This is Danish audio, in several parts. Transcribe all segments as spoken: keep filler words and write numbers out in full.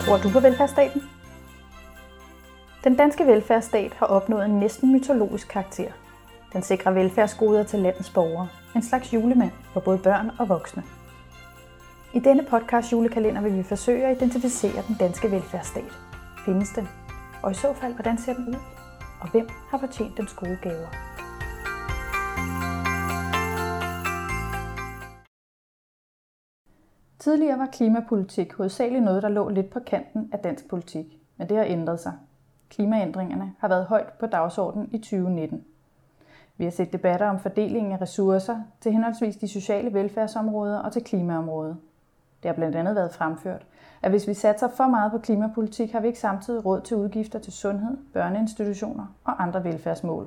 Tror du på velfærdsstaten? Den danske velfærdsstat har opnået en næsten mytologisk karakter. Den sikrer velfærdsgoder til landets borgere. En slags julemand for både børn og voksne. I denne podcast julekalender vil vi forsøge at identificere den danske velfærdsstat. Findes den? Og i så fald, hvordan ser den ud? Og hvem har fortjent dens gode gaver? Tidligere var klimapolitik hovedsageligt noget, der lå lidt på kanten af dansk politik, men det har ændret sig. Klimaændringerne har været højt på dagsordenen i tyve nitten. Vi har set debatter om fordelingen af ressourcer til henholdsvis de sociale velfærdsområder og til klimaområdet. Det har blandt andet været fremført, at hvis vi satser for meget på klimapolitik, har vi ikke samtidig råd til udgifter til sundhed, børneinstitutioner og andre velfærdsmål.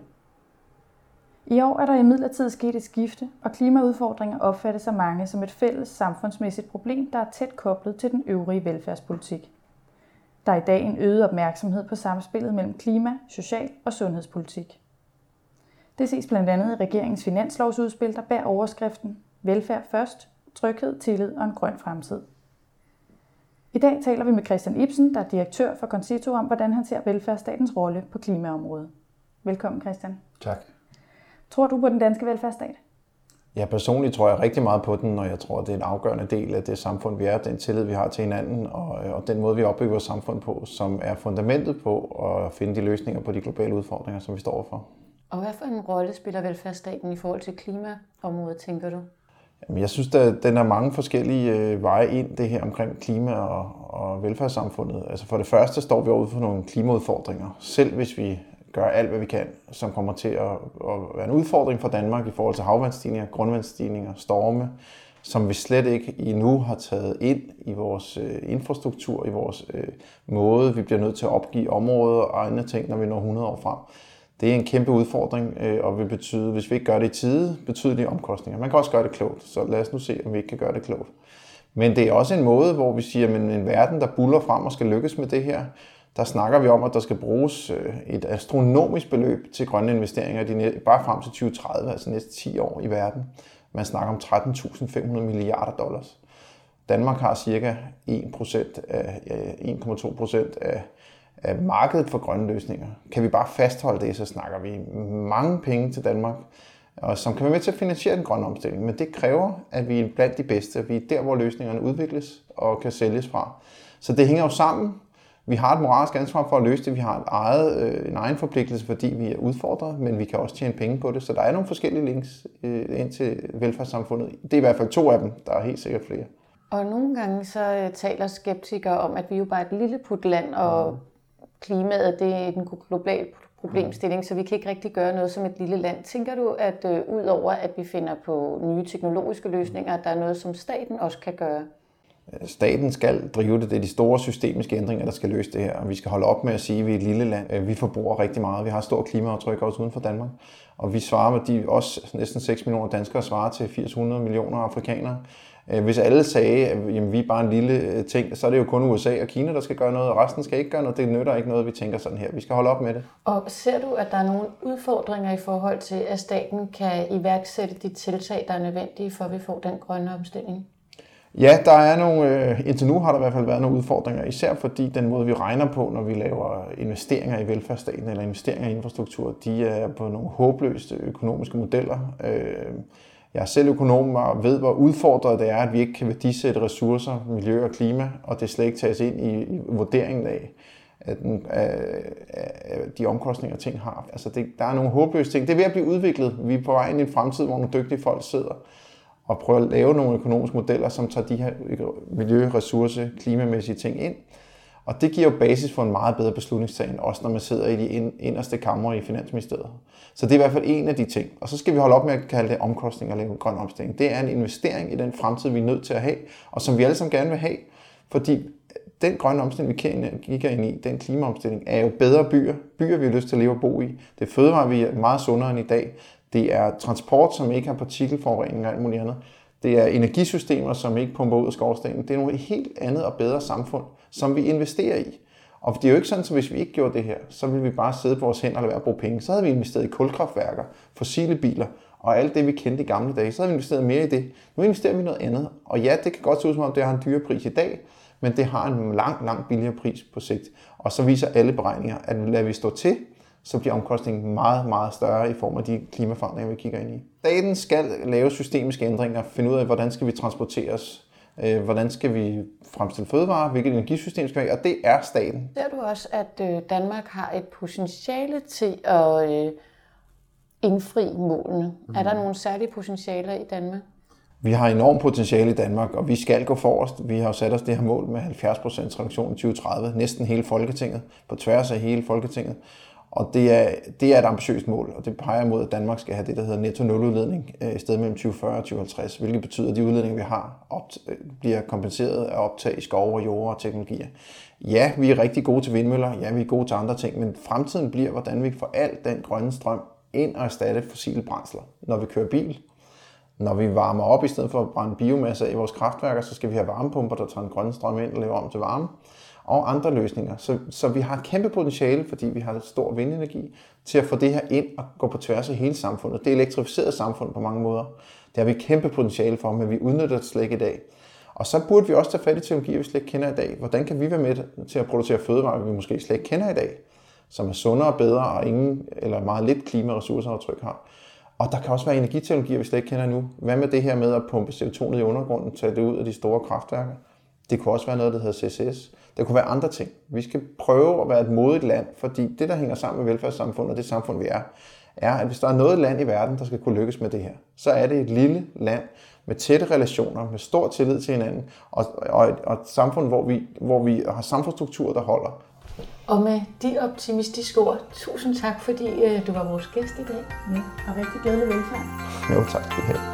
I år er der imidlertid sket et skifte, og klimaudfordringer opfattes af mange som et fælles samfundsmæssigt problem, der er tæt koblet til den øvrige velfærdspolitik. Der er i dag en øget opmærksomhed på samspillet mellem klima, social- og sundhedspolitik. Det ses blandt andet i regeringens finanslovsudspil, der bærer overskriften Velfærd først, tryghed, tillid og en grøn fremtid. I dag taler vi med Christian Ibsen, der er direktør for Concito, om hvordan han ser velfærdsstatens rolle på klimaområdet. Velkommen, Christian. Tak. Tror du på den danske velfærdsstat? Ja, personligt tror jeg rigtig meget på den, og jeg tror, det er en afgørende del af det samfund, vi er, den tillid, vi har til hinanden, og, og den måde, vi opbygger vores samfund på, som er fundamentet på at finde de løsninger på de globale udfordringer, som vi står overfor. Og hvad for en rolle spiller velfærdsstaten i forhold til klimaområdet, tænker du? Jamen, jeg synes, at den er mange forskellige veje ind, det her omkring klima og, og velfærdssamfundet. Altså for det første står vi over for nogle klimaudfordringer, selv hvis vi gør alt, hvad vi kan, som kommer til at, at være en udfordring for Danmark i forhold til havvandsstigninger, grundvandsstigninger, storme, som vi slet ikke endnu har taget ind i vores øh, infrastruktur, i vores øh, måde. Vi bliver nødt til at opgive områder og andre ting, når vi når hundrede år frem. Det er en kæmpe udfordring, øh, og vil betyde, hvis vi ikke gør det i tide, betydelige omkostninger. Man kan også gøre det klogt, så lad os nu se, om vi ikke kan gøre det klogt. Men det er også en måde, hvor vi siger, at en verden, der buller frem og skal lykkes med det her, der snakker vi om, at der skal bruges et astronomisk beløb til grønne investeringer de bare frem til tyve tredive, altså næste ti år i verden. Man snakker om tretten tusind fem hundrede milliarder dollars. Danmark har cirka en procent af, en komma to procent af, af markedet for grønne løsninger. Kan vi bare fastholde det, så snakker vi mange penge til Danmark, og som kan være med til at finansiere den grønne omstilling. Men det kræver, at vi er blandt de bedste, at vi er der, hvor løsningerne udvikles og kan sælges fra. Så det hænger jo sammen. Vi har et moralsk ansvar for at løse det. Vi har et eget, øh, en egen forpligtelse, fordi vi er udfordret, men vi kan også tjene penge på det. Så der er nogle forskellige links øh, ind til velfærdssamfundet. Det er i hvert fald to af dem. Der er helt sikkert flere. Og nogle gange så taler skeptikere om, at vi jo bare er et lille putland, og mm. klimaet det er en global problemstilling, mm. så vi kan ikke rigtig gøre noget som et lille land. Tænker du, at øh, ud over at vi finder på nye teknologiske løsninger, at der er noget, som staten også kan gøre? Staten skal drive det. Det er de store systemiske ændringer, der skal løse det her. Vi skal holde op med at sige, at vi er et lille land. Vi forbruger rigtig meget. Vi har stor klimaaftryk også uden for Danmark. Og vi svarer med de også næsten seks millioner danskere svarer til firs til hundrede millioner afrikanere. Hvis alle sagde, at vi er bare en lille ting, så er det jo kun U S A og Kina, der skal gøre noget, og resten skal ikke gøre noget. Det nytter ikke noget, vi tænker sådan her. Vi skal holde op med det. Og ser du, at der er nogle udfordringer i forhold til, at staten kan iværksætte de tiltag, der er nødvendige, for at vi får den grønne omstilling? Ja, der er nogle, indtil nu har der i hvert fald været nogle udfordringer, især fordi den måde, vi regner på, når vi laver investeringer i velfærdsstaten eller investeringer i infrastruktur, de er på nogle håbløse økonomiske modeller. Jeg er selv økonom og ved, hvor udfordret det er, at vi ikke kan værdisætte ressourcer, miljø og klima, og det slet ikke tages ind i vurderingen af, af, den, af, af de omkostninger, ting har. Altså det, der er nogle håbløse ting. Det er ved at blive udviklet. Vi er på vej ind i en fremtid, hvor nogle dygtige folk sidder og prøve at lave nogle økonomiske modeller, som tager de her miljø-, ressource-, klimamæssige ting ind. Og det giver jo basis for en meget bedre beslutningstagen, også når man sidder i de inderste kamre i Finansministeriet. Så det er i hvert fald en af de ting. Og så skal vi holde op med at kalde det omkostning og lave grøn omstilling. Det er en investering i den fremtid, vi er nødt til at have, og som vi alle sammen gerne vil have. Fordi den grønne omstilling, vi kigger ind i, den klimaomstilling, er jo bedre byer. Byer, vi har lyst til at leve og bo i. Det er fødevarer, vi er meget sundere end i dag. Det er transport, som ikke har partikelforurening og alt muligt andet. Det er energisystemer, som ikke pumper ud af skorstenen. Det er noget helt andet og bedre samfund, som vi investerer i. Og det er jo ikke sådan, at hvis vi ikke gjorde det her, så ville vi bare sidde på vores hænder og lade være at bruge penge. Så havde vi investeret i kulkraftværker, fossile biler og alt det, vi kendte i gamle dage. Så havde vi investeret mere i det. Nu investerer vi i noget andet. Og ja, det kan godt se ud som om, det har en dyre pris i dag, men det har en langt, langt billigere pris på sigt. Og så viser alle beregninger, at lader vi stå til, så bliver omkostningen meget, meget større i form af de klimaforandringer, vi kigger ind i. Staten skal lave systemiske ændringer, finde ud af, hvordan skal vi transporteres, hvordan skal vi fremstille fødevarer, hvilket energisystem skal vi have, og det er staten. Ser du også, at Danmark har et potentiale til at indfri målene? Mm. Er der nogle særlige potentialer i Danmark? Vi har enormt potentiale i Danmark, og vi skal gå forrest. Vi har jo sat os det her mål med halvfjerds procent reduktion i tyve tredive, næsten hele Folketinget, på tværs af hele Folketinget. Og det er, det er et ambitiøst mål, og det peger mod, at Danmark skal have det, der hedder netto nul udledning i stedet mellem tyve fyrre og tyve halvtreds, hvilket betyder, at de udledninger, vi har, bliver kompenseret af optag i skove og jorder og teknologier. Ja, vi er rigtig gode til vindmøller, ja, vi er gode til andre ting, men fremtiden bliver, hvordan vi får al den grønne strøm ind og erstatte fossile brændsler. Når vi kører bil, når vi varmer op, i stedet for at brænde biomasse i vores kraftværker, så skal vi have varmepumper, der tager den grønne strøm ind og laver om til varme, og andre løsninger. Så, så vi har et kæmpe potentiale, fordi vi har et stor vindenergi, til at få det her ind og gå på tværs af hele samfundet. Det er elektrificeret samfund på mange måder. Det har vi et kæmpe potentiale for, men vi udnytter det slet ikke i dag. Og så burde vi også tage fat i teknologier, vi slet ikke kender i dag. Hvordan kan vi være med til at producere fødevarer, vi måske slet ikke kender i dag, som er sundere og bedre og ingen eller meget lidt klima- og ressourceaftryk har. Og der kan også være energiteknologier, vi slet ikke kender endnu. Hvad med det her med at pumpe C O to ned i undergrunden, tage det ud af de store kraftværker? Det kunne også være noget, der hedder C C S. Det kunne være andre ting. Vi skal prøve at være et modigt land, fordi det, der hænger sammen med velfærdssamfundet og det samfund, vi er, er, at hvis der er noget land i verden, der skal kunne lykkes med det her, så er det et lille land med tætte relationer, med stor tillid til hinanden, og, og, et, og et samfund, hvor vi, hvor vi har samfundsstrukturer, der holder. Og med de optimistiske ord, tusind tak, fordi øh, du var vores gæst i dag. Ja, og rigtig glædelig velfærd. Jo, tak skal du have.